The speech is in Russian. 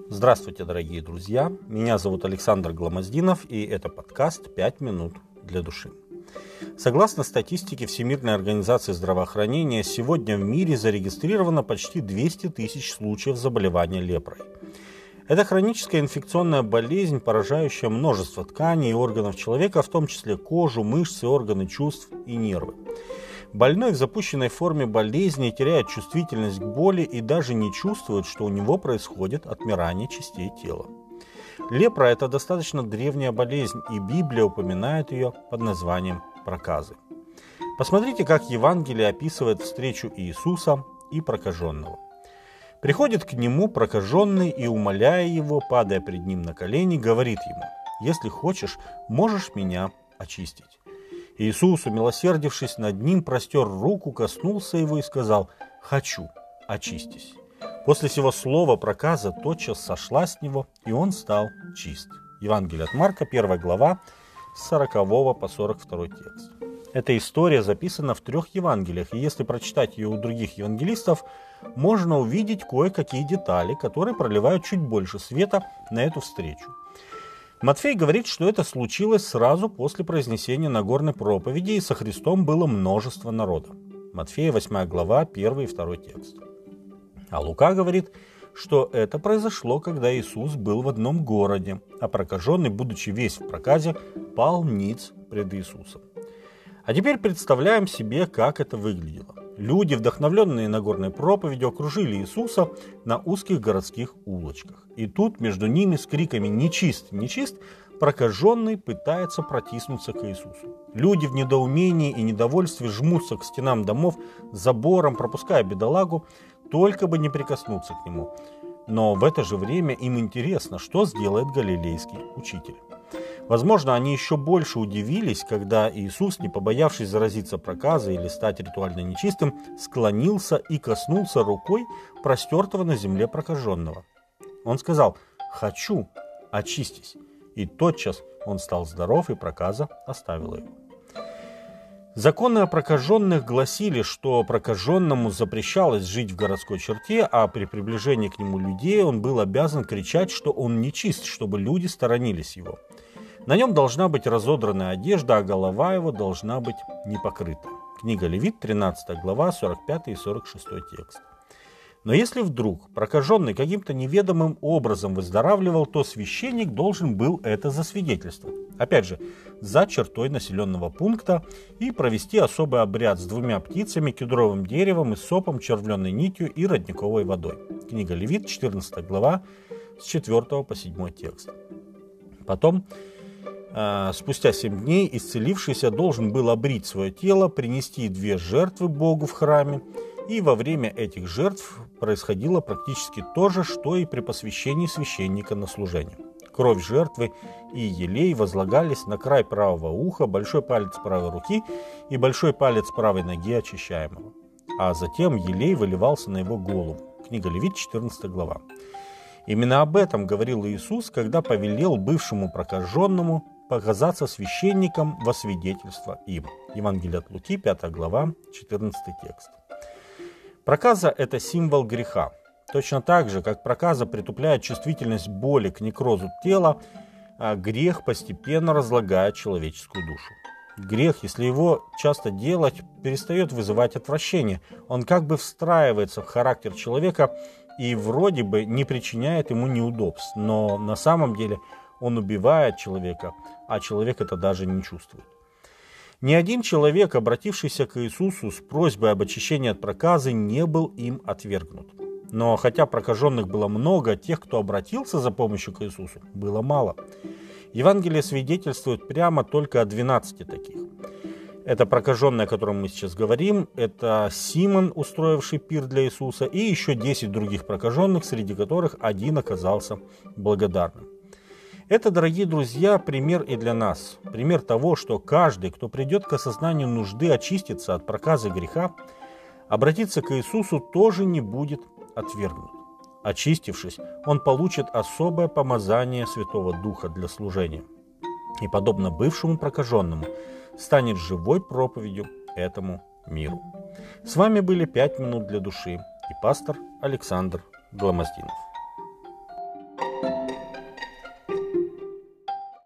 Здравствуйте, дорогие друзья! Меня зовут Александр Гломоздинов, и это подкаст «5 минут для души». Согласно статистике Всемирной организации здравоохранения, сегодня в мире зарегистрировано почти 200 тысяч случаев заболевания лепрой. Это хроническая инфекционная болезнь, поражающая множество тканей и органов человека, в том числе кожу, мышцы, органы чувств и нервы. Больной в запущенной форме болезни теряет чувствительность к боли и даже не чувствует, что у него происходит отмирание частей тела. Лепра – это достаточно древняя болезнь, и Библия упоминает ее под названием проказы. Посмотрите, как Евангелие описывает встречу Иисуса и прокаженного. Приходит к нему прокаженный и, умоляя его, падая пред ним на колени, говорит ему: «Если хочешь, можешь меня очистить». Иисус, умилосердившись над ним, простер руку, коснулся его и сказал: «Хочу, очистись». После сего слова проказа тотчас сошла с него, и он стал чист. Евангелие от Марка, 1 глава, с 40 по 42 текст. Эта история записана в 3 Евангелиях, и если прочитать ее у других евангелистов, можно увидеть кое-какие детали, которые проливают чуть больше света на эту встречу. Матфей говорит, что это случилось сразу после произнесения Нагорной проповеди, и со Христом было множество народа. Матфея 8 глава, 1 и 2 текст. А Лука говорит, что это произошло, когда Иисус был в одном городе, а прокаженный, будучи весь в проказе, пал ниц пред Иисусом. А теперь представляем себе, как это выглядело. Люди, вдохновленные Нагорной проповедью, окружили Иисуса на узких городских улочках. И тут между ними с криками «Нечист! Нечист!» прокаженный пытается протиснуться к Иисусу. Люди в недоумении и недовольстве жмутся к стенам домов забором, пропуская бедолагу, только бы не прикоснуться к нему. Но в это же время им интересно, что сделает галилейский учитель. Возможно, они еще больше удивились, когда Иисус, не побоявшись заразиться проказой или стать ритуально нечистым, склонился и коснулся рукой простертого на земле прокаженного. Он сказал: «Хочу, очистись». И тотчас он стал здоров, и проказа оставила его. Законы о прокаженных гласили, что прокаженному запрещалось жить в городской черте, а при приближении к нему людей он был обязан кричать, что он нечист, чтобы люди сторонились его. На нем должна быть разодранная одежда, а голова его должна быть не покрыта. Книга Левит, 13 глава, 45 и 46 текст. Но если вдруг прокаженный каким-то неведомым образом выздоравливал, то священник должен был это засвидетельствовать. Опять же, за чертой населенного пункта, и провести особый обряд с 2 птицами, кедровым деревом, иссопом, червленой нитью и родниковой водой. Книга Левит, 14 глава, с 4 по 7 текст. Потом, спустя 7 дней, исцелившийся должен был обрить свое тело, принести 2 жертвы Богу в храме, и во время этих жертв происходило практически то же, что и при посвящении священника на служение. Кровь жертвы и елей возлагались на край правого уха, большой палец правой руки и большой палец правой ноги очищаемого. А затем елей выливался на его голову. Книга Левит, 14 глава. Именно об этом говорил Иисус, когда повелел бывшему прокаженному показаться священником во свидетельство им. Евангелие от Луки, 5 глава, 14 текст. Проказа – это символ греха. Точно так же, как проказа притупляет чувствительность боли к некрозу тела, грех постепенно разлагает человеческую душу. Грех, если его часто делать, перестает вызывать отвращение. Он как бы встраивается в характер человека и вроде бы не причиняет ему неудобств, но на самом деле он убивает человека, а человек это даже не чувствует. Ни один человек, обратившийся к Иисусу с просьбой об очищении от проказы, не был им отвергнут. Но хотя прокаженных было много, тех, кто обратился за помощью к Иисусу, было мало. Евангелие свидетельствует прямо только о 12 таких. Это прокаженный, о котором мы сейчас говорим, это Симон, устроивший пир для Иисуса, и еще 10 других прокаженных, среди которых один оказался благодарным. Это, дорогие друзья, пример и для нас. Пример того, что каждый, кто придет к осознанию нужды очиститься от проказы греха, обратиться к Иисусу, тоже не будет отвергнут. Очистившись, он получит особое помазание Святого Духа для служения. И, подобно бывшему прокаженному, станет живой проповедью этому миру. С вами были 5 минут для души и пастор Александр Гломоздинов.